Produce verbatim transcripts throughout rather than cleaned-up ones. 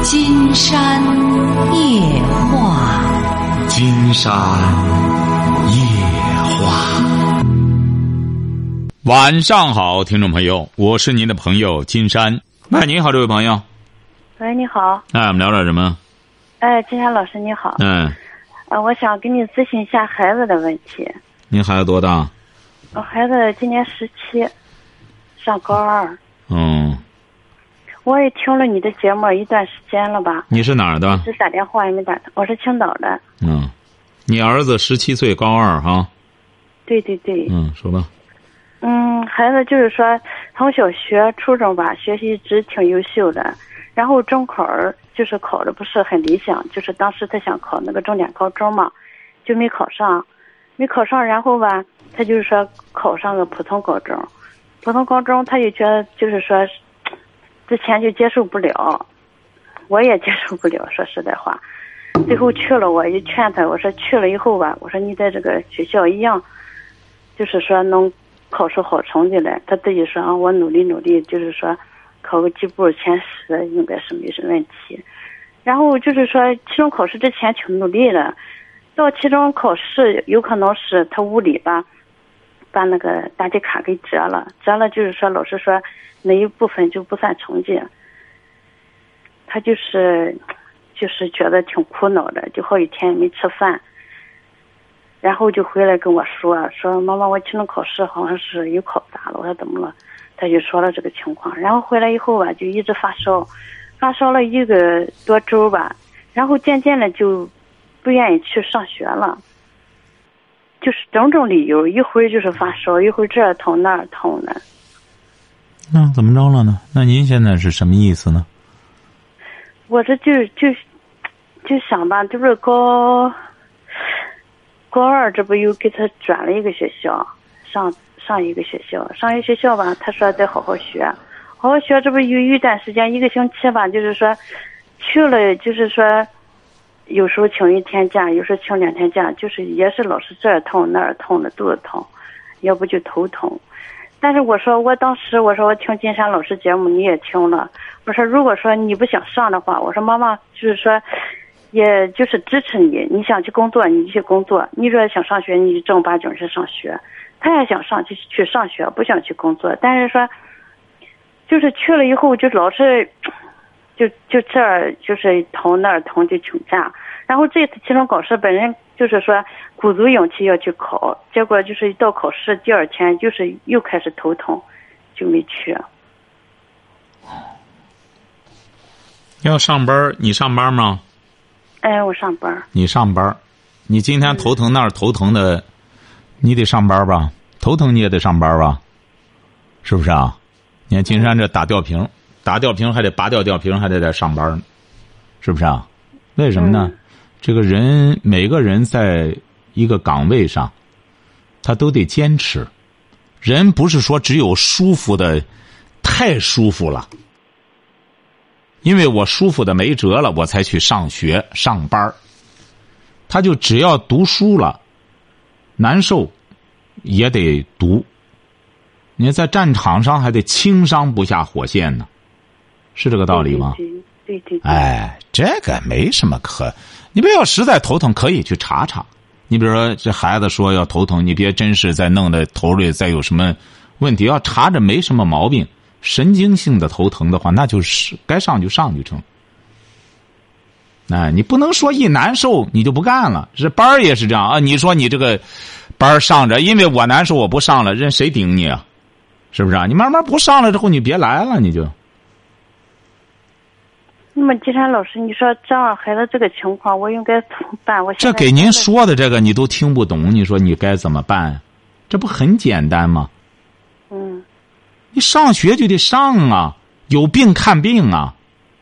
金山夜话， 金山夜话。晚上好，听众朋友，我是您的朋友金山。喂，你好，这位朋友。 喂，你好。 哎，我们聊点什么？ 哎，金山老师你好。 嗯。 呃，我想跟你咨询一下孩子的问题。 您孩子多大？ 我孩子今年十七，上高二。 嗯。 我也听了你的节目一段时间了吧？ 你是哪儿的？ 是打电话也没打，我是青岛的。 嗯，你儿子十七岁，高二哈？ 对对对。 嗯，说吧。 嗯，孩子就是说，从小学、初中吧，学习一直挺优秀的，然后中考就是考的不是很理想，就是当时他想考那个重点高中嘛，就没考上，没考上，然后吧，他就是说考上个普通高中，普通高中他就觉得就是说。之前就接受不了，我也接受不了，说实在话，最后去了，我一劝他，我说去了以后吧，我说你在这个学校一样，就是说能考出好成绩来。他自己说啊，我努力努力，就是说考个级部前十应该是没什么问题。然后就是说期中考试之前挺努力的，到期中考试有可能是他物理吧，把那个答题卡给折了，折了就是说老师说。哪一部分就不算成绩，他就是就是觉得挺苦恼的，就好几天没吃饭，然后就回来跟我说说妈妈，我期中考试好像是有考砸了。我说怎么了？他就说了这个情况，然后回来以后吧，就一直发烧，发烧了一个多周吧，然后渐渐的就不愿意去上学了，就是种种理由，一会儿就是发烧，一会儿这儿疼那儿疼的。 那怎么着了呢？那您现在是什么意思呢？ 我这就就就想吧，这不是高高二，这不又给他转了一个学校，上上一个学校，上一个学校吧，他说得好好学，好好学，这不有一段时间一个星期吧，就是说去了，就是说有时候请一天假，有时候请两天假，就是也是老是这儿痛那儿痛的，肚子疼，要不就头疼。但是我说，我当时我说我听金山老师节目你也听了，我说如果说你不想上的话，我说妈妈就是说，也就是支持你，你想去工作你就去工作，你说想上学你就正儿八经去上学，他也想上就去上学，不想去工作，但是说，就是去了以后就老是，就就这儿就是疼那儿疼就请假，然后这次期中考试本人就是说鼓足勇气要去考，结果就是一到考试第二天就是又开始头疼，就没去。 要上班，你上班吗？ 哎，我上班。 你上班，你今天头疼那儿头疼的，你得上班吧？头疼你也得上班吧？是不是啊？你看金山这打吊瓶，打吊瓶还得拔掉吊瓶，还得在上班，是不是啊？为什么呢？嗯，这个人每个人在一个岗位上，他都得坚持。人不是说只有舒服的，太舒服了。因为我舒服的没辙了，我才去上学上班。他就只要读书了，难受也得读。你在战场上还得轻伤不下火线呢，是这个道理吗？ 对对 对, 对。 哎，这个没什么可。你不要实在头疼，可以去查查。你比如说，这孩子说要头疼，你别真是再弄得头里再有什么问题，要查着没什么毛病，神经性的头疼的话，那就是该上就上就成。哎，你不能说一难受你就不干了，这班儿也是这样啊。你说你这个班儿上着，因为我难受我不上了，人谁顶你啊？是不是啊？你慢慢不上了之后，你别来了，你就。 那么金山老师，你说这样孩子这个情况我应该怎么办？我这给您说的这个你都听不懂，你说你该怎么办？这不很简单吗？ 嗯， 你上学就得上啊，有病看病啊，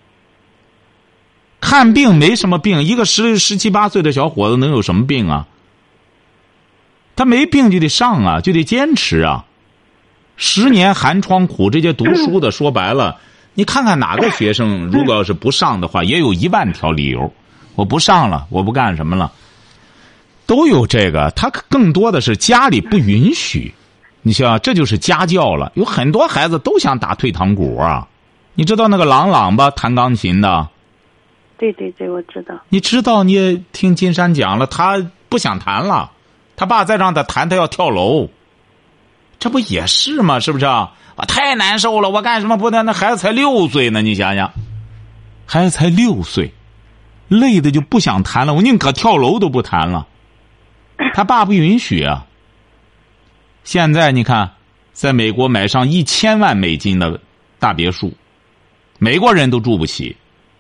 看病没什么病，一个十十七八岁的小伙子能有什么病啊？他没病就得上啊，就得坚持啊。十年寒窗苦，这些读书的说白了。你看看哪个学生，如果要是不上的话，也有一万条理由。我不上了，我不干什么了，都有这个。他更多的是家里不允许。你想，这就是家教了。有很多孩子都想打退堂鼓啊。你知道那个朗朗吧，弹钢琴的， 对对对，我知道。 你知道，你也听金山讲了，他不想谈了，他爸再让他谈，他要跳楼，这不也是吗？是不是啊？我太难受了，我干什么不能？那孩子才六岁呢，你想想，孩子才六岁，累的就不想谈了，我宁可跳楼都不谈了。他爸不允许啊。现在你看，在美国买上一千万美金的大别墅，美国人都住不起，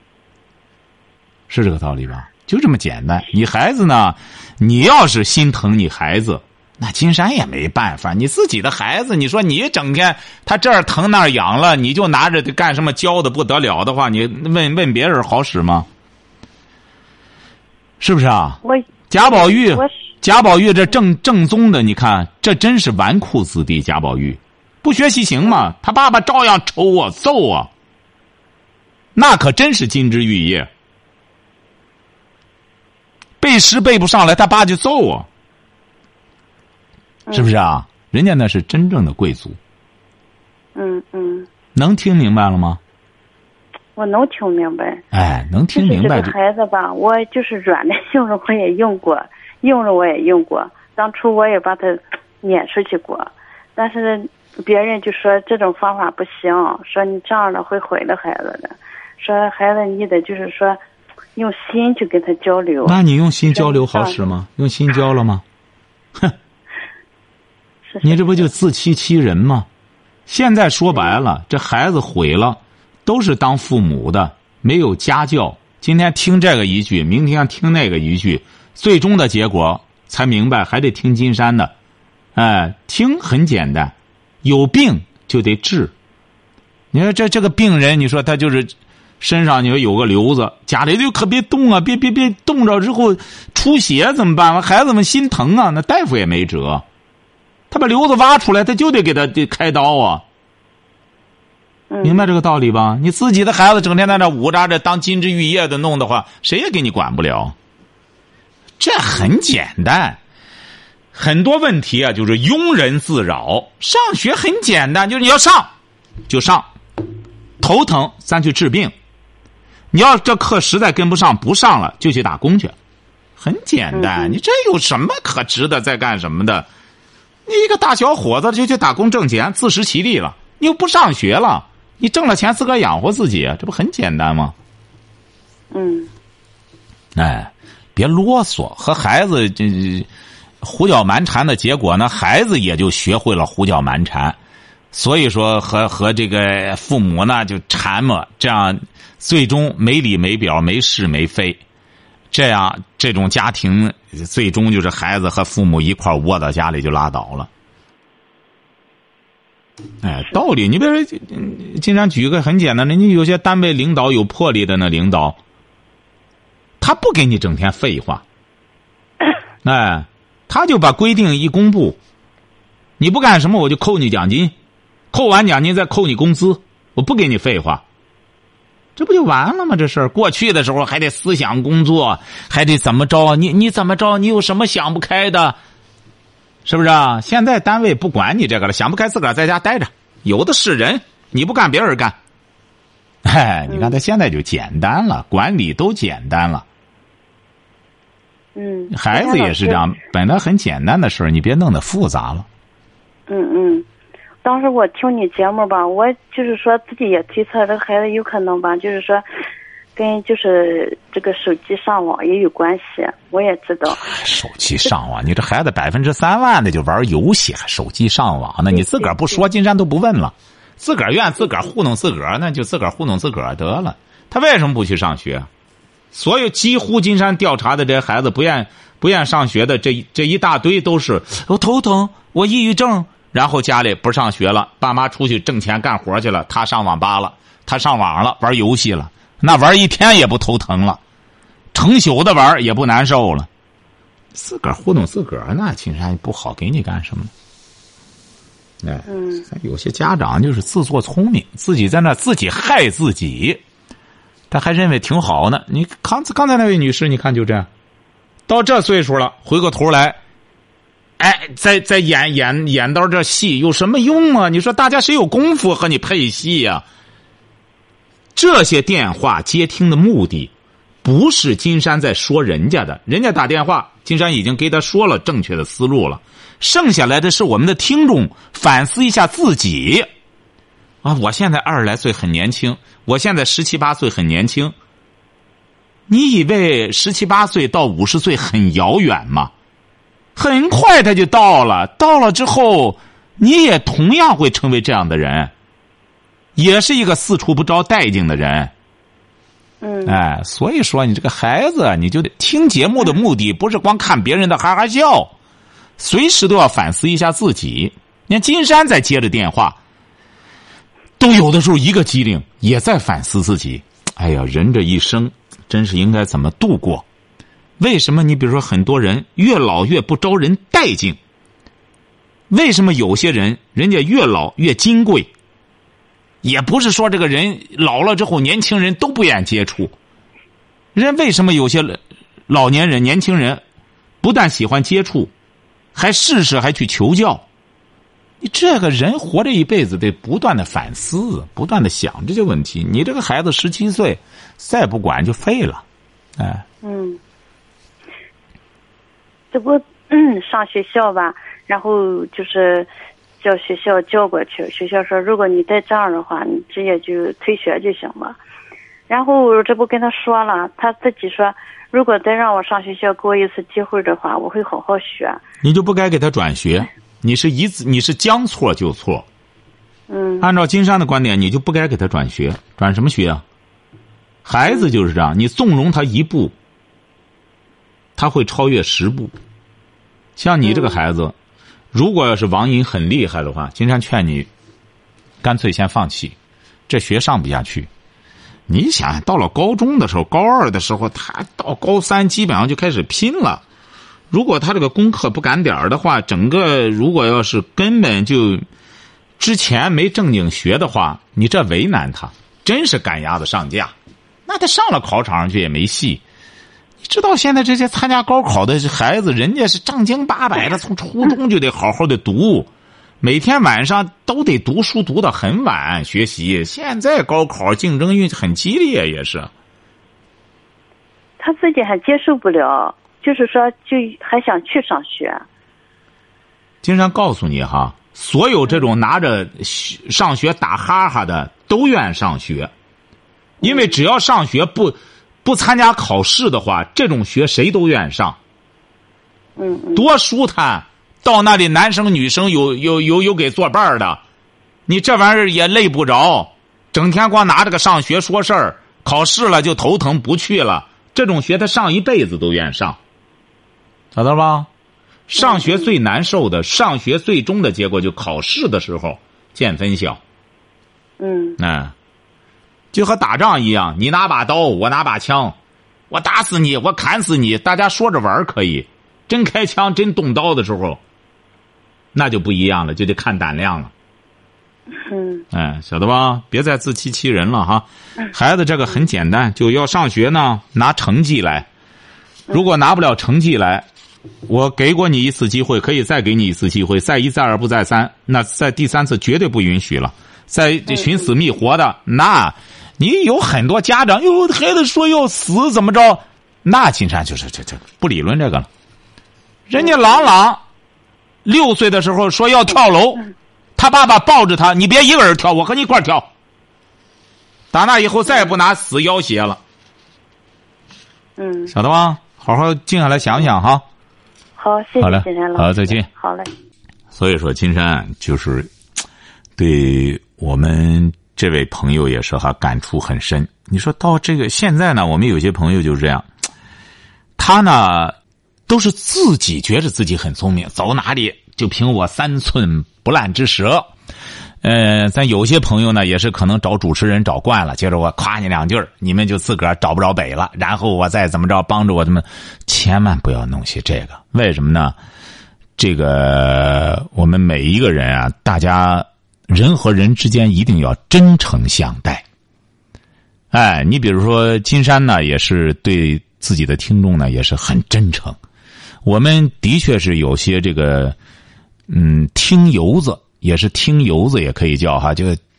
是这个道理吧？就这么简单。你孩子呢，你要是心疼你孩子，那金山也没办法。你自己的孩子，你说你整天他这儿疼那儿痒了，你就拿着干什么教的不得了的话，你问问别人好使吗？是不是啊？ 我贾宝玉，贾宝玉这正正宗的，你看这真是纨绔子弟。贾宝玉不学习行吗？他爸爸照样抽啊揍啊，那可真是金枝玉叶。背诗背不上来，他爸就揍啊，是不是啊？人家那是真正的贵族。 嗯嗯。 能听明白了吗？ 我能听明白。 哎，能听明白。 就是这个孩子吧，我就是软的用着我也用过，用着我也用过。当初我也把他撵出去过，但是别人就说这种方法不行，说你这样的会毁了孩子的，说孩子你得就是说用心去跟他交流。 那你用心交流好使吗？用心交了吗？哼，你这不就自欺欺人吗？现在说白了，这孩子毁了，都是当父母的没有家教。今天听这个一句，明天听那个一句，最终的结果才明白，还得听金山的。哎，听很简单，有病就得治。你说这这个病人，你说他就是身上你说有个瘤子，家里就可别动啊，别别别冻着之后出血怎么办？孩子们心疼啊，那大夫也没辙。他把瘤子挖出来，他就得给他开刀啊。明白这个道理吧？你自己的孩子整天在那捂扎着当金枝玉叶的弄的话，谁也给你管不了。这很简单，很多问题啊，就是庸人自扰。上学很简单，就是你要上就上，头疼咱去治病。你要这课实在跟不上，不上了就去打工去，很简单。你这有什么可值得再干什么的？你一个大小伙子就去打工挣钱，自食其力了。你又不上学了，你挣了钱自个儿养活自己，这不很简单吗？ 嗯。 哎，别啰嗦，和孩子这胡搅蛮缠的结果呢，孩子也就学会了胡搅蛮缠。所以说和和这个父母呢就缠嘛，这样最终没理没表，没是没非。这样这种家庭最终就是孩子和父母一块窝到家里就拉倒了。哎，道理你比如说经常举一个很简单的，你有些单位领导有魄力的那领导，他不给你整天废话，哎，他就把规定一公布，你不干什么我就扣你奖金，扣完奖金再扣你工资，我不给你废话，这不就完了吗？这事儿过去的时候还得思想工作，还得怎么着？你你怎么着？你有什么想不开的？是不是啊？现在单位不管你这个了，想不开自个儿在家待着，有的是人，你不干别人干。哎，你看他现在就简单了，管理都简单了。 嗯， 孩子也是这样，本来很简单的事儿，你别弄得复杂了。 嗯嗯。当时我听你节目吧，我就是说自己也推测这个孩子有可能吧，就是说跟就是这个手机上网也有关系，我也知道。 手机上网，你这孩子百分之三万的就玩游戏，还手机上网呢？你自个儿不说，金山都不问了。自个儿愿自个儿糊弄自个儿，那就自个儿糊弄自个儿得了。他为什么不去上学？所有几乎金山调查的这些孩子不愿不愿上学的，这这一大堆都是我头疼，我抑郁症。然后家里不上学了，爸妈出去挣钱干活去了，他上网吧了，他上网了，玩游戏了，那玩一天也不头疼了，成宿的玩也不难受了。自个儿糊弄自个儿，那金山不好给你干什么？哎， 嗯， 有些家长就是自作聪明，自己在那自己害自己，他还认为挺好呢。你刚刚才那位女士，你看就这样，到这岁数了，回过头来。哎，再再演演演到这戏有什么用啊？你说大家谁有功夫和你配戏呀、啊？这些电话接听的目的， 不是金山在说人家的，人家打电话，金山已经给他说了正确的思路了，剩下来的是我们的听众反思一下自己。啊，我现在二十来岁很年轻，我现在十七八岁很年轻。你以为十七八岁到五十岁很遥远吗？很快他就到了，到了之后，你也同样会成为这样的人，也是一个四处不着待见的人。 嗯， 哎，所以说你这个孩子，你就得听节目的目的不是光看别人的哈哈笑，随时都要反思一下自己。你看金山在接着电话，都有的时候一个机灵，也在反思自己。哎呀，人这一生真是应该怎么度过？为什么你比如说很多人越老越不招人待见？为什么有些人人家越老越金贵？也不是说这个人老了之后年轻人都不愿接触。人为什么有些老年人年轻人不但喜欢接触，还试试还去求教？你这个人活这一辈子得不断的反思，不断的想这些问题。你这个孩子十七岁再不管就废了。哎， 嗯，这不嗯上学校吧，然后就是叫学校叫过去，学校说如果你再这样的话，你直接就退学就行了。然后这不跟他说了，他自己说如果再让我上学校给我一次机会的话，我会好好学。 你就不该给他转学，你是一次你是将错就错。 嗯， 按照金山的观点，你就不该给他转学，转什么学啊？孩子就是这样，你纵容他一步，他会超越十步。像你这个孩子，如果要是网瘾很厉害的话，金山劝你干脆先放弃，这学上不下去。你想到了高中的时候，高二的时候，他到高三基本上就开始拼了。如果他这个功课不赶点儿的话，整个如果要是根本就之前没正经学的话，你这为难他，真是赶鸭子上架。那他上了考场上去也没戏。你知道现在这些参加高考的孩子，人家是正经八百的，从初中就得好好的读，每天晚上都得读书读到很晚学习。现在高考竞争运很激烈，也是。 他自己还接受不了，就是说就还想去上学。 金山告诉你哈，所有这种拿着上学打哈哈的都愿上学，因为只要上学不不参加考试的话，这种学谁都愿上。 嗯嗯， 多舒坦！到那里男生女生有有有有给作伴的，你这玩意儿也累不着，整天光拿这个上学说事儿，考试了就头疼不去了。这种学他上一辈子都愿上，晓得吧？上学最难受的，上学最终的结果就考试的时候见分晓。 嗯， 嗯，就和打仗一样，你拿把刀，我拿把枪，我打死你，我砍死你，大家说着玩可以，真开枪真动刀的时候，那就不一样了，就得看胆量了。 嗯， 哎，晓得吧？别再自欺欺人了哈。孩子这个很简单，就要上学呢，拿成绩来。如果拿不了成绩来，我给过你一次机会，可以再给你一次机会，再一再二不再三，那在第三次绝对不允许了。再寻死觅活的，那你有很多家长，哟，孩子说要死怎么着？那金山就是这这不理论这个了。人家朗朗六岁的时候说要跳楼。他爸爸抱着他，你别一个人跳，我和你一块跳。打那以后再也不拿死要挟了。 嗯， 晓得吗？好好静下来想想哈。 好，谢谢金山老师。 好，再见。 好嘞。 所以说，金山就是对我们这位朋友也是哈感触很深。你说到这个现在呢，我们有些朋友就是这样，他呢都是自己觉得自己很聪明，走哪里就凭我三寸不烂之舌。呃，咱有些朋友呢，也是可能找主持人找惯了，接着我夸你两句，你们就自个儿找不着北了，然后我再怎么着帮着我他们，千万不要弄些这个。为什么呢？这个我们每一个人啊，大家人和人之间一定要真诚相待。哎，你比如说金山呢，也是对自己的听众呢，也是很真诚。我们的确是有些这个。嗯，听油子也是听油子，也可以叫哈，就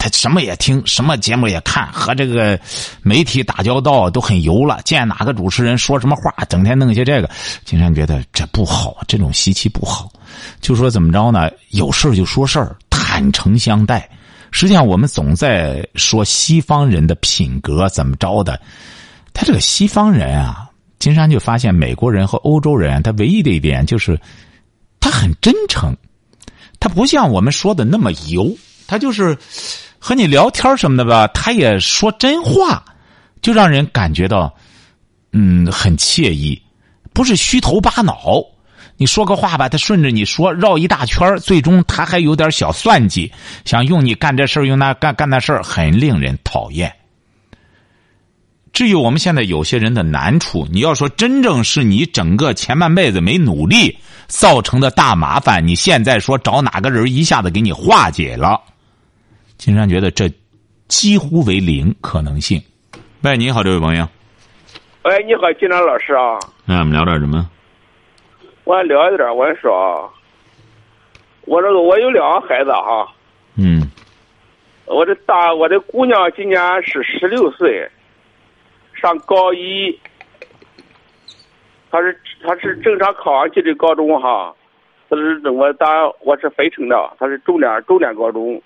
他什么也听，什么节目也看，和这个媒体打交道都很油了。见哪个主持人说什么话，整天弄些这个，金山觉得这不好，这种习气不好。就说怎么着呢？有事就说事儿，坦诚相待。实际上，我们总在说西方人的品格怎么着的，他这个西方人啊，金山就发现美国人和欧洲人，他唯一的一点就是他很真诚，他不像我们说的那么油，他就是和你聊天什么的吧，他也说真话，就让人感觉到嗯很惬意，不是虚头巴脑。你说个话吧，他顺着你说绕一大圈，最终他还有点小算计，想用你干这事儿，用那干干那事儿，很令人讨厌。至于我们现在有些人的难处，你要说真正是你整个前半辈子没努力造成的大麻烦，你现在说找哪个人一下子给你化解了，金山觉得这几乎为零可能性。喂，你好，这位朋友。 喂，你好，金山老师啊。 那我们聊点什么？ 我聊一点，我说啊，我这个我有两个孩子哈。 嗯。 我这大我的姑娘今年是十六岁，上高一。她是她是正常考上去的高中哈，她是我当我是肥城的，她是重点重点高中。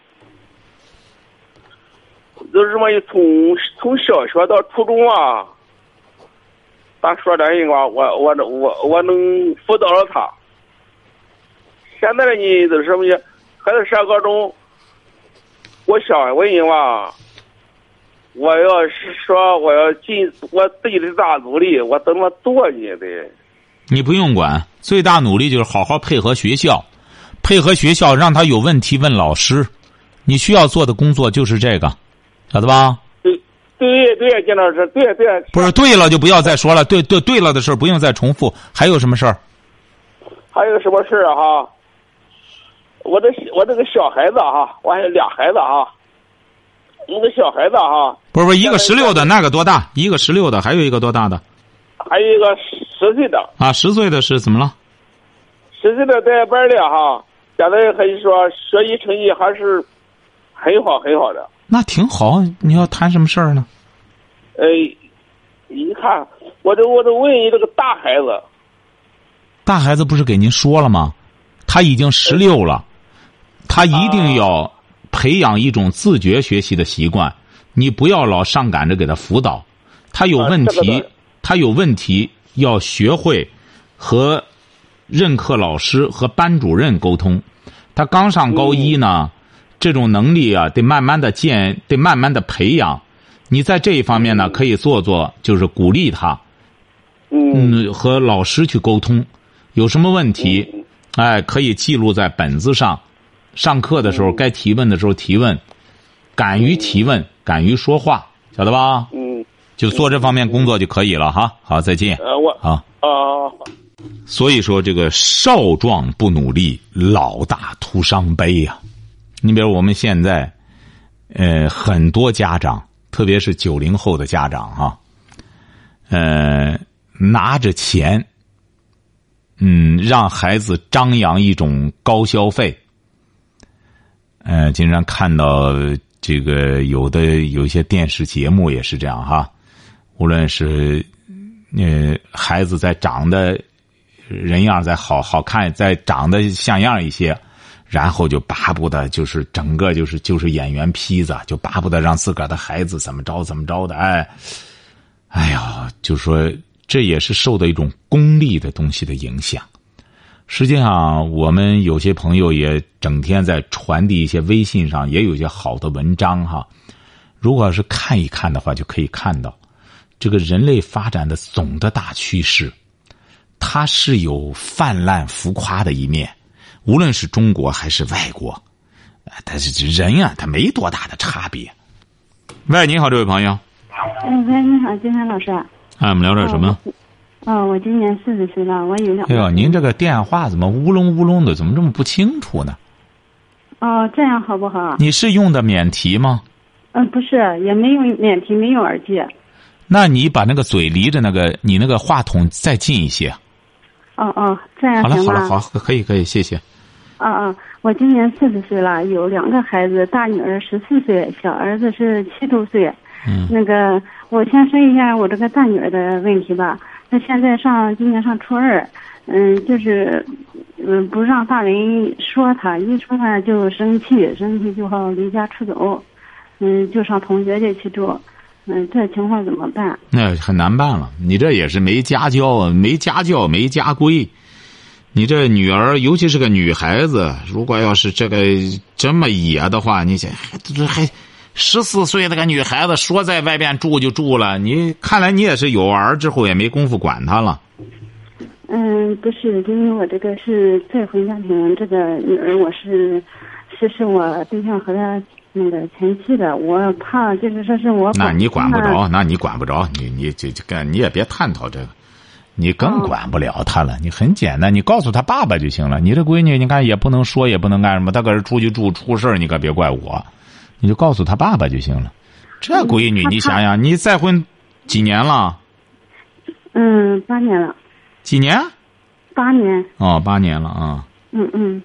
就是什么从从小学到初中啊。咱说点人话，我我我我能辅导了他。现在呢，就是什么呢？孩子上高中，我想问你吧，我要是说我要尽我自己的大努力，我怎么做呢？得。 你不用管，最大努力就是好好配合学校，配合学校让他有问题问老师。你需要做的工作就是这个，晓得吧？ 对对，金老师，对对。 不是对了就不要再说了，对对对了的事不用再重复。还有什么事儿？ 还有什么事儿啊？哈，我这我这个小孩子哈，我还有俩孩子哈。那个小孩子哈， 不是不是一个十六的，那个多大？一个十六的，还有一个多大的？ 还有一个十岁的。 啊，十岁的是怎么了？ 十岁的在班里哈，现在可以说学习成绩还是很好很好的。 那挺好，你要谈什么事儿呢？ 呃，你看，我这我这问你这个大孩子， 大孩子不是给您说了吗？他已经十六了，他一定要培养一种自觉学习的习惯。你不要老上赶着给他辅导，他有问题，他有问题要学会和任课老师和班主任沟通。他刚上高一呢。这种能力啊，得慢慢的建，得慢慢的培养。你在这一方面呢，可以做做，就是鼓励他，嗯，和老师去沟通，有什么问题，哎，可以记录在本子上。上课的时候，该提问的时候提问，敢于提问，敢于说话，晓得吧？ 嗯， 就做这方面工作就可以了哈。好，再见。 呃，我好啊。 所以说，这个少壮不努力，老大徒伤悲呀。你比如我们现在，呃，很多家长，特别是九零后的家长哈，呃，拿着钱，嗯，让孩子张扬一种高消费。呃，经常看到这个有的有一些电视节目也是这样哈，无论是呃孩子在长得人样再好好看，再长得像样一些。然后就巴不得就是整个就是就是演员坯子，就巴不得让自个儿的孩子怎么着怎么着的，哎，哎呀，就说这也是受到一种功利的东西的影响。实际上，我们有些朋友也整天在传递一些微信上也有一些好的文章哈。如果要是看一看的话，就可以看到这个人类发展的总的大趋势，它是有泛滥浮夸的一面。无论是中国还是外国，但是人啊，他没多大的差别。喂，你好，这位朋友。 嗯，喂，你好，金山老师。 哎，我们聊点什么？ 哦，我今年四十岁了，我有两。 哎呦，您这个电话怎么乌龙乌龙的，怎么这么不清楚呢？ 哦，这样好不好？ 你是用的免提吗？ 嗯、呃，不是，也没用免提，没用耳机。 那你把那个嘴离着那个你那个话筒再近一些。 哦哦，这样行吗？ 好了好了好，可以可以，谢谢。 啊啊！我今年四十岁了，有两个孩子，大女儿十四岁，小儿子是七周岁。 嗯。 那个，我先说一下我这个大女儿的问题吧。她现在上今年上初二，嗯，就是嗯不让大人说她，一说她就生气，生气就好离家出走，嗯，就上同学家去住。嗯，这情况怎么办？ 那很难办了。你这也是没家教，没家教，没家规。你这女儿，尤其是个女孩子，如果要是这个这么野的话，你想还还十四岁那个女孩子说在外边住就住了，你看来你也是有儿之后也没工夫管她了。 嗯，不是，因为我这个是再婚家庭，这个女儿我是是是我对象和他那个前妻的，我怕就是说是我。 那你管不着，那你管不着，你你这这个你也别探讨这个。你更管不了他了，你很简单，你告诉他爸爸就行了。你这闺女，你看也不能说，也不能干什么，她搁这出去住出事儿，你可别怪我，你就告诉他爸爸就行了。这闺女，你想想，你再婚几年了？ 嗯，八年了。 几年？ 八年。 哦，八年了啊。 嗯嗯。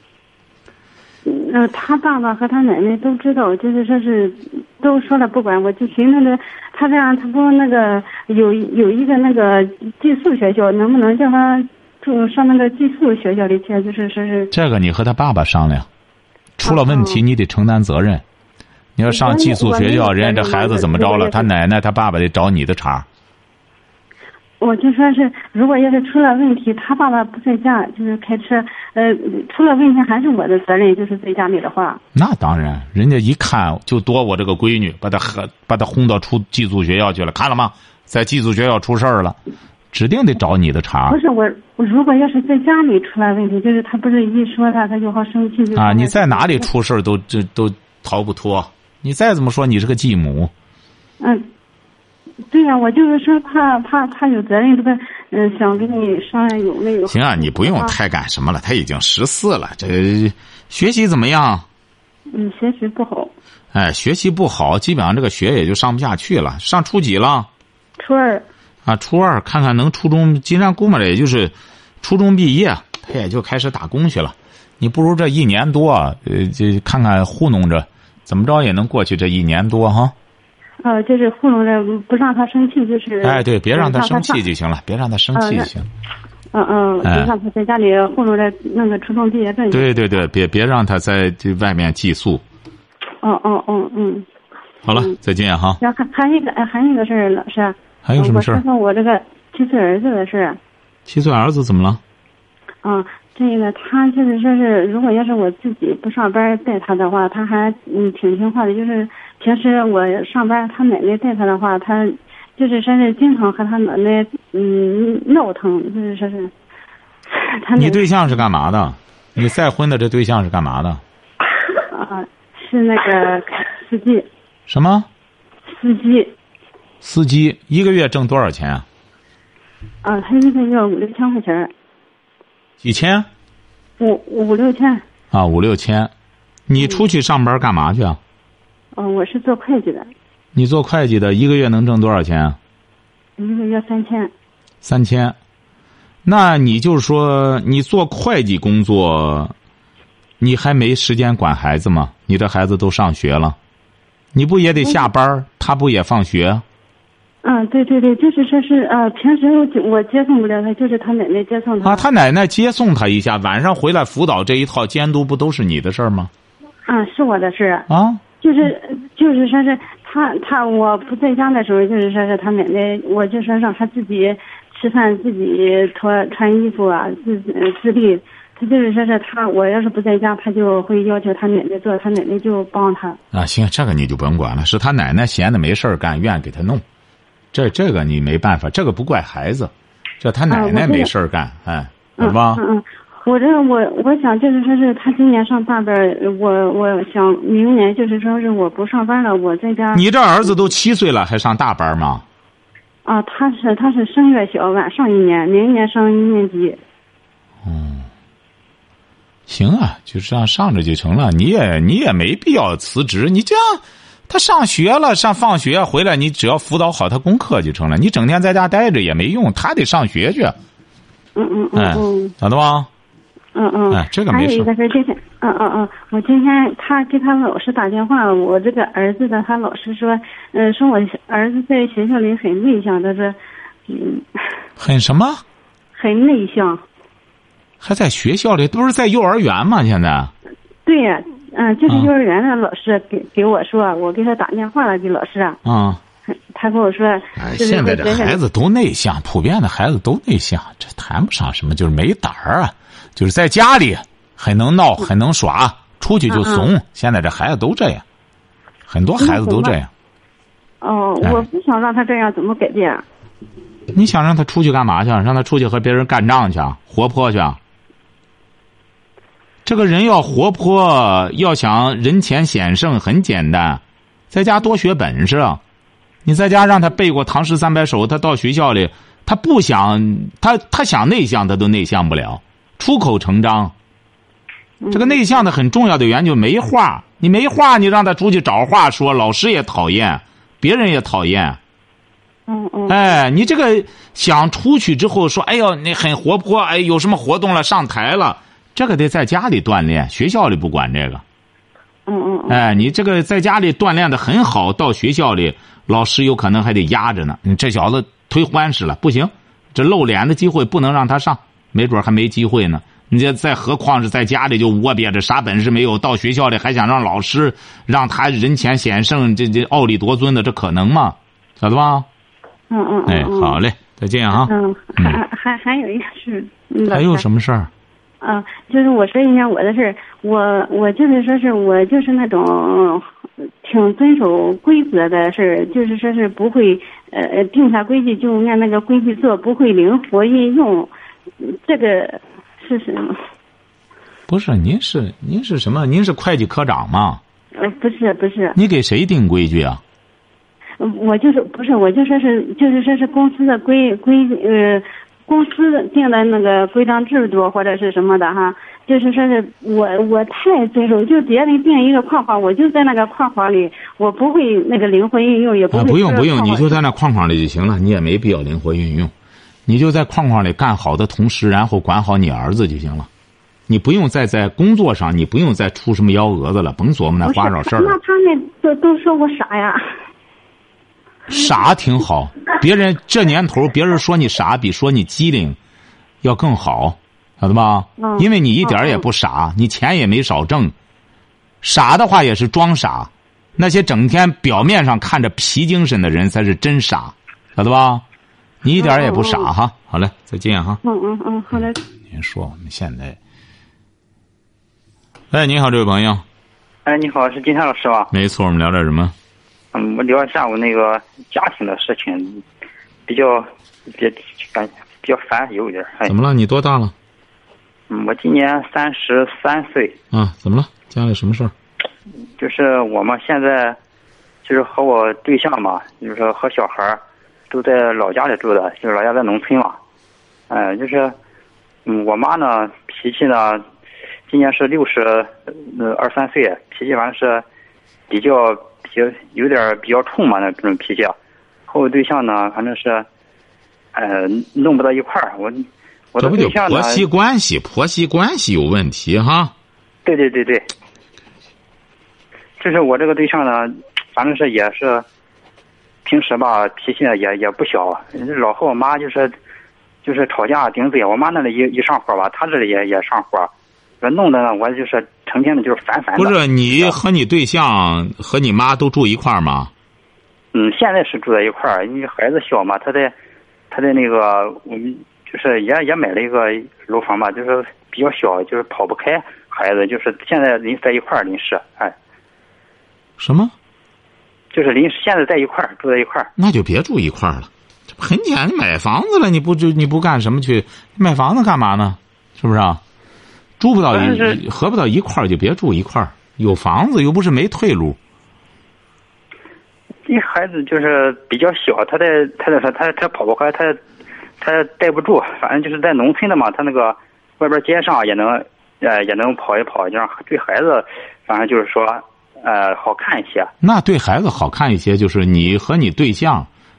呃，他爸爸和他奶奶都知道，就是说是都说了不管，我就寻思着他这样，他不那个有有一个那个寄宿学校，能不能叫他住上那个寄宿学校里去？就是说是这个你和他爸爸商量，出了问题你得承担责任。你要上寄宿学校，人家这孩子怎么着了？他奶奶他爸爸得找你的茬。 我就说是，如果要是出了问题，他爸爸不在家，就是开车，呃，出了问题还是我的责任，就是在家里的话。 那当然，人家一看就多我这个闺女，把她和把她轰到出寄宿学校去了，看了吗？在寄宿学校出事儿了，指定得找你的茬。 不是我，我如果要是在家里出了问题，就是他不是一说他，他就好生气。就啊，你在哪里出事都这都逃不脱。你再怎么说，你是个继母。 嗯。对呀、啊，我就是说怕怕他有责任，这个嗯、呃，想跟你商量有没有。 行啊，你不用太干什么了，他已经十四了，这学习怎么样？ 嗯，学习不好。 哎，学习不好，基本上这个学也就上不下去了。上初几了？ 初二。 啊，初二，看看能初中，今天估摸着也就是初中毕业，他也就开始打工去了。你不如这一年多，呃，这看看糊弄着，怎么着也能过去这一年多哈。 呃，就是糊弄着不让他生气，就是。 哎，对，别让他生气就行了，别让他生气就行。 嗯嗯，别让他在家里糊弄着那个初中毕业证。 对对对，别别让他在这外面寄宿。 哦哦哦嗯。 好了，再见哈。 然后还还有一个还有一个事儿，老师。 还有什么事儿？ 我说说我这个七岁儿子的事儿。 七岁儿子怎么了？ 啊，这个他就是说是，如果要是我自己不上班带他的话，他还嗯挺听话的。就是平时我上班，他奶奶带他的话，他就是说是经常和他奶奶嗯闹腾，就是说是。他你对象是干嘛的？你再婚的这对象是干嘛的？ 啊，是那个司机。 什么？ 司机。 司机一个月挣多少钱啊？ 啊，他一个月五六千块钱。 几千？ 五五六千。 啊，五六千。你出去上班干嘛去啊？ 嗯、呃，我是做会计的。 你做会计的，一个月能挣多少钱啊？ 一个月三千。 三千。那你就是说，你做会计工作，你还没时间管孩子吗？你的孩子都上学了，你不也得下班？他不也放学？ 嗯，对对对，就是说是呃，平时我我接送不了他，就是他奶奶接送他。 啊，他奶奶接送他一下，晚上回来辅导这一套监督，不都是你的事儿吗？ 啊，是我的事儿啊。 就是就是说是他他我不在家的时候，就是说是他奶奶，我就说让他自己吃饭，自己脱穿衣服啊，自自立。他就是说是他，我要是不在家，他就会要求他奶奶做，他奶奶就帮他。 啊，行，这个你就不用管了，是他奶奶闲的没事儿干，愿意给他弄。这这个你没办法，这个不怪孩子，这他奶奶没事儿干，哎，是吧？ 嗯嗯，我这我我想就是说是他今年上大班，我我想明年就是说是我不上班了，我在家。 你这儿子都七岁了，还上大班吗？ 啊，他是他是声乐小，晚上一年，明年上一年级。 嗯，行啊，就这样上着就成了。你也你也没必要辞职，你这样。他上学了，上放学回来，你只要辅导好他功课就成了。你整天在家待着也没用，他得上学去。 嗯嗯嗯嗯， 晓得吧？ 嗯嗯， 哎，这个没事。 还有一个是今天，嗯嗯嗯，我今天他给他老师打电话，我这个儿子的他老师说，嗯、呃，说我儿子在学校里很内向，他说，嗯， 很什么？ 很内向。 还在学校里，不是在幼儿园吗？现在？ 对呀、啊，嗯、呃，就是幼儿园的老师给、啊、给我说，我给他打电话了，给老师啊。啊。他跟我说， 哎，现在这孩子都内向，普遍的孩子都内向，这谈不上什么，就是没胆儿啊。就是在家里很能闹，很能耍，出去就怂。现在这孩子都这样，很多孩子都这样。 哦，我不想让他这样，怎么改变？ 你想让他出去干嘛去？让他出去和别人干仗去，活泼去？这个人要活泼，要想人前显圣，很简单，在家多学本事。你在家让他背过唐诗三百首，他到学校里，他不想，他他想内向，他都内向不了，出口成章。这个内向的很重要的原因就没话，你没话，你让他出去找话说，老师也讨厌，别人也讨厌。 嗯嗯。 哎，你这个想出去之后说，哎呦，你很活泼，哎，有什么活动了，上台了，这个得在家里锻炼，学校里不管这个。 嗯嗯。 哎，你这个在家里锻炼的很好，到学校里。老师有可能还得压着呢，你这小子忒欢实了，不行，这露脸的机会不能让他上，没准还没机会呢。你这再何况是在家里就窝憋着，啥本事没有，到学校里还想让老师让他人前显圣，这这傲立夺尊的，这可能吗？晓得吧？ 嗯嗯。 哎，好嘞，再见啊。 嗯，还还还有一个事。 还有什么事儿？ 啊，就是我说一下我的事儿，我我就是说是我就是那种。挺遵守规则的事儿，就是说是不会呃定下规矩就按那个规矩做，不会灵活运用，这个是什么？ 不是，您是您是什么？您是会计科长吗？ 呃，不是不是。 你给谁定规矩啊？ 我就是不是，我就说是就是说是公司的规规呃公司定的那个规章制度或者是什么的哈。就是说是我我太遵守，就别人定一个框框，我就在那个框框里，我不会那个灵活运用，也不会、啊。 不用不用，你就在那框框里就行了，你也没必要灵活运用，你就在框框里干好的同时，然后管好你儿子就行了。你不用再在工作上，你不用再出什么幺蛾子了，甭琢磨那花哨事儿。 那他们都都说我傻呀。 傻挺好，别人这年头，别人说你傻比说你机灵要更好。晓得吧？因为你一点也不傻，你钱也没少挣。傻的话也是装傻，那些整天表面上看着皮精神的人才是真傻，晓得吧？你一点也不傻哈。好嘞，再见哈。 嗯嗯嗯，好嘞。 您说我们现在，哎，你好，这位朋友。 哎，你好，是金山老师吧？ 没错，我们聊点什么？ 嗯，我聊一下我那个家庭的事情，比较比感比较烦，有一点。哎、 怎么了？你多大了？ 嗯，我今年三十三岁。 啊，怎么了？家里什么事儿？ 就是我们现在，就是和我对象嘛，就是说和小孩都在老家里住的，就是老家在农村嘛。嗯、呃，就是，嗯，我妈呢脾气呢，今年是六十呃二三岁，脾气反正是比较比较有点比较冲嘛，那这种脾气。和我对象呢，反正是，呃，弄不到一块儿。我。 这不就婆媳关系？婆媳关系有问题哈？ 对对对对，就是我这个对象呢，反正是也是，平时吧脾气也也不小，老和我妈就是就是吵架顶嘴。我妈那里一一上火吧，他这里也也上火，这弄得呢我就是成天的就是烦烦的。 不是你和你对象和你妈都住一块儿吗？ 嗯，现在是住在一块儿，因为孩子小嘛，他在他在那个我们。就是也也买了一个楼房吧，就是比较小，就是跑不开孩子，就是现在临在一块儿临时，哎， 什么？ 就是临时现在在一块儿住在一块儿， 那就别住一块儿了，这不很简单，你买房子了，你不就你不干什么去？买房子干嘛呢？是不是啊？住不到一合不到一块儿就别住一块儿，有房子又不是没退路。 这孩子就是比较小，他在他在他他跑不开，他。他待不住，反正就是在农村的嘛，他那个外边街上也能，呃，也能跑一跑，这样对孩子，反正就是说，呃，好看一些。 那对孩子好看一些，就是你和你对象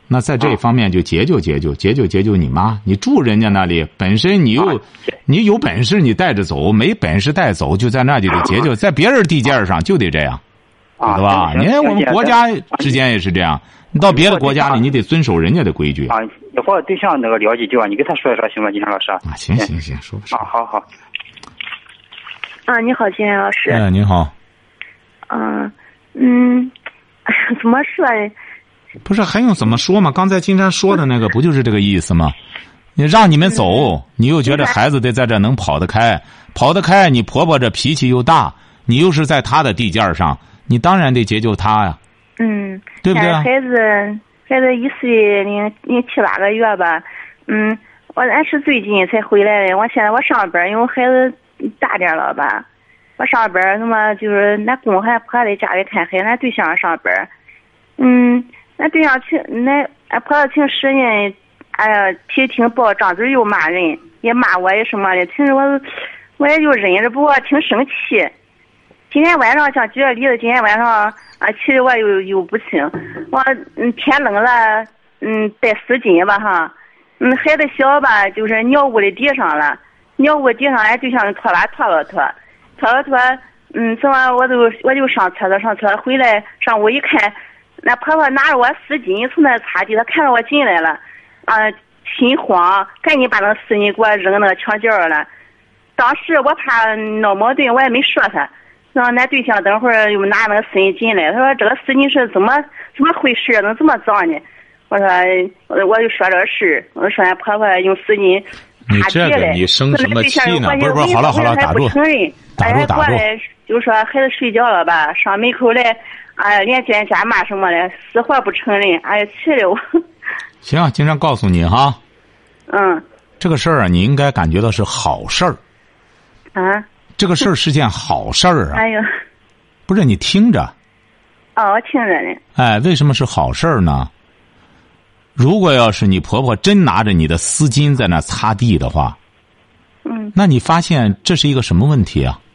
那在这方面就解救解救解救解救你妈，你住人家那里，本身你又、啊、你有本事你带着走，没本事带走，就在那就得解救，在别人地界上就得这样， 啊、 对吧？你看我们国家之间也是这样，你到别的国家里，你得遵守人家的规矩。 啊，以后对象那个了解就啊，你给他说一说行吗，金山老师？ 啊，行行行，说吧说。 啊，好好。 啊，你好，金山老师。 哎，你好。 嗯嗯，怎么说呢？ 不是还用怎么说吗？刚才金山说的那个不就是这个意思吗？你让你们走，嗯、你又觉得孩子得在这能跑得开，跑得开，你婆婆这脾气又大，你又是在她的地界上，你当然得解救她呀。 嗯， 对不对？ 孩子孩子一岁零零七八个月吧，嗯，我俺是最近才回来的。我现在我上班，因为我孩子大点了吧，我上班，那么就是俺公还婆在家里看孩子，俺对象上班，嗯。那对象挺那俺婆婆挺使人，哎呀，脾气挺暴，张嘴又骂人，也骂我也什么的。听着我，我也就忍着，不过挺生气。今天晚上像举个例子，今天晚上啊，气得我又又不轻。我嗯天冷了，嗯带丝巾吧哈，嗯孩子小吧，就是尿屋的地上了，尿屋地上俺对象拖拉拖了拖，拖了拖，嗯，怎么我就我就上厕所上厕所回来上屋一看。那婆婆拿着我丝巾从那擦地，她看到我进来了，啊，心慌，赶紧把那个丝巾给我扔那个墙角了。当时我怕闹矛盾，我也没说他。然后那对象等会儿又拿那个丝巾进来，他说这个丝巾是怎么怎么回事，能这么脏呢？我说我就说这个事，我说俺婆婆用丝巾擦地来。 你生什么气呢？不是不是，好了好了，打住，打住打住。 就说孩子睡觉了吧，上门口来。哎呀，连见家骂什么的，死活不承认，哎呀，气得我。 行，经常告诉你哈。 嗯。 这个事儿啊，你应该感觉到是好事儿。 啊。 这个事儿是件好事儿啊。 哎呦。 不是你听着。 哦，我听着呢。 哎，为什么是好事儿呢？如果要是你婆婆真拿着你的丝巾在那擦地的话， 嗯， 那你发现这是一个什么问题啊？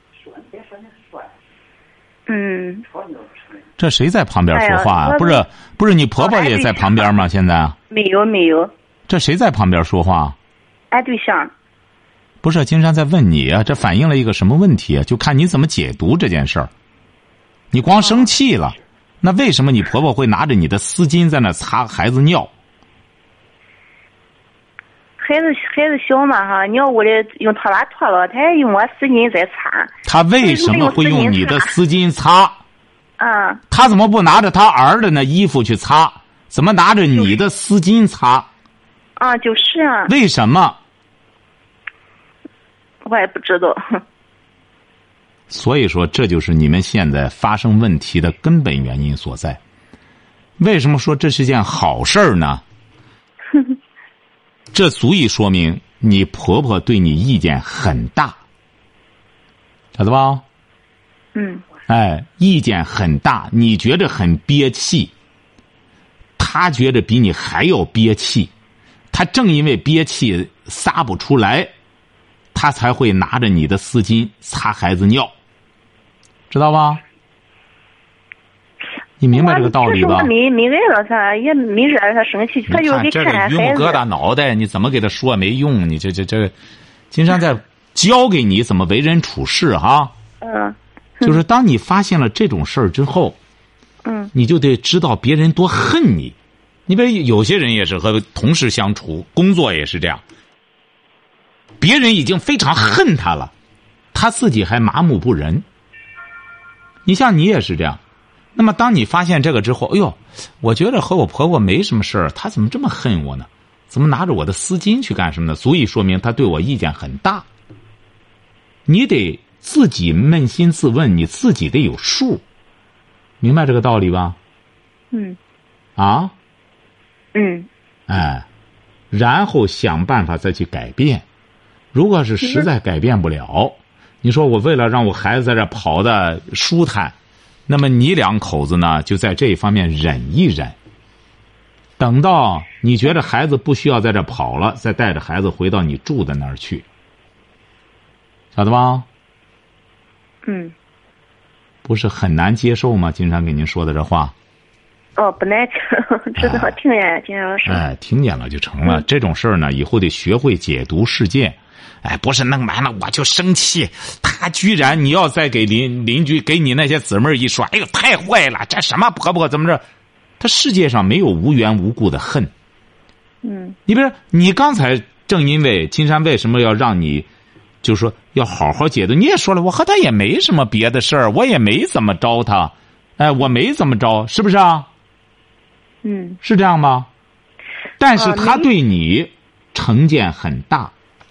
嗯。 这谁在旁边说话啊？ 哎、 不是不是，你婆婆也在旁边吗？现在没有没有。 这谁在旁边说话？ 俺对象。 不是，金山在问你啊，这反映了一个什么问题啊？就看你怎么解读这件事儿。你光生气了，那为什么你婆婆会拿着你的丝巾在那擦孩子尿？ 孩子孩子小嘛哈，尿屋里用拖拉拖了，他还用我丝巾在擦。 他为什么会用你的丝巾擦？ 啊， 他怎么不拿着他儿的那衣服去擦？怎么拿着你的丝巾擦？ 啊，就是啊。 为什么？ 我也不知道。 所以说，这就是你们现在发生问题的根本原因所在。为什么说这是件好事儿呢？这足以说明你婆婆对你意见很大，晓得吧？ 嗯。 哎，意见很大，你觉得很憋气，他觉得比你还要憋气，他正因为憋气撒不出来，他才会拿着你的丝巾擦孩子尿，知道吧？你明白这个道理吧？ 我没没挨着他，也没惹他生气，他就给看孩子。 这个榆木疙瘩脑袋，你怎么给他说没用？你这这这，金山在教给你怎么为人处事哈。 嗯。 就是当你发现了这种事儿之后， 嗯， 你就得知道别人多恨你。你比如有些人也是和同事相处，工作也是这样，别人已经非常恨他了，他自己还麻木不仁。你像你也是这样。那么当你发现这个之后，哎呦，我觉得和我婆婆没什么事儿，她怎么这么恨我呢？怎么拿着我的丝巾去干什么呢？足以说明她对我意见很大。你得自己扪心自问，你自己得有数，明白这个道理吧？ 嗯。 啊？ 嗯。 哎，然后想办法再去改变。如果是实在改变不了，你说我为了让我孩子在这跑的舒坦，那么你两口子呢，就在这一方面忍一忍。等到你觉得孩子不需要在这跑了，再带着孩子回到你住的那儿去，晓得吧？ 嗯， 不是很难接受吗？金山给您说的这话， 哦，不难听，知道听见金山老师。 哎，听见了就成了。嗯、这种事儿呢，以后得学会解读世界。哎，不是弄完了我就生气，他居然你要再给邻邻居给你那些姊妹一说，哎呦太坏了，这什么婆婆怎么着？他世界上没有无缘无故的恨。 嗯， 你比如说，你刚才正因为金山为什么要让你，就是说要好好解读，你也说了，我和他也没什么别的事儿，我也没怎么着他，哎，我没怎么着，是不是啊？ 嗯， 是这样吗？但是他对你成见很大。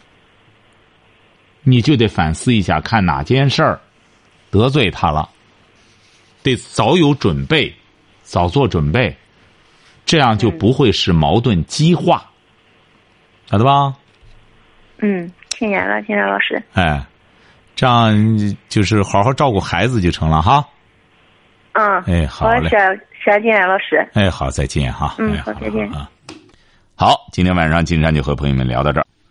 你就得反思一下，看哪件事儿得罪他了，得早有准备，早做准备，这样就不会使矛盾激化，晓得吧？ 嗯，听见了，金山老师。 哎，这样就是好好照顾孩子就成了哈。 嗯， 哎，好嘞。 谢谢金山老师。 哎，好，再见哈。 嗯， 哎、 好，再见。 好，今天晚上金山就和朋友们聊到这儿。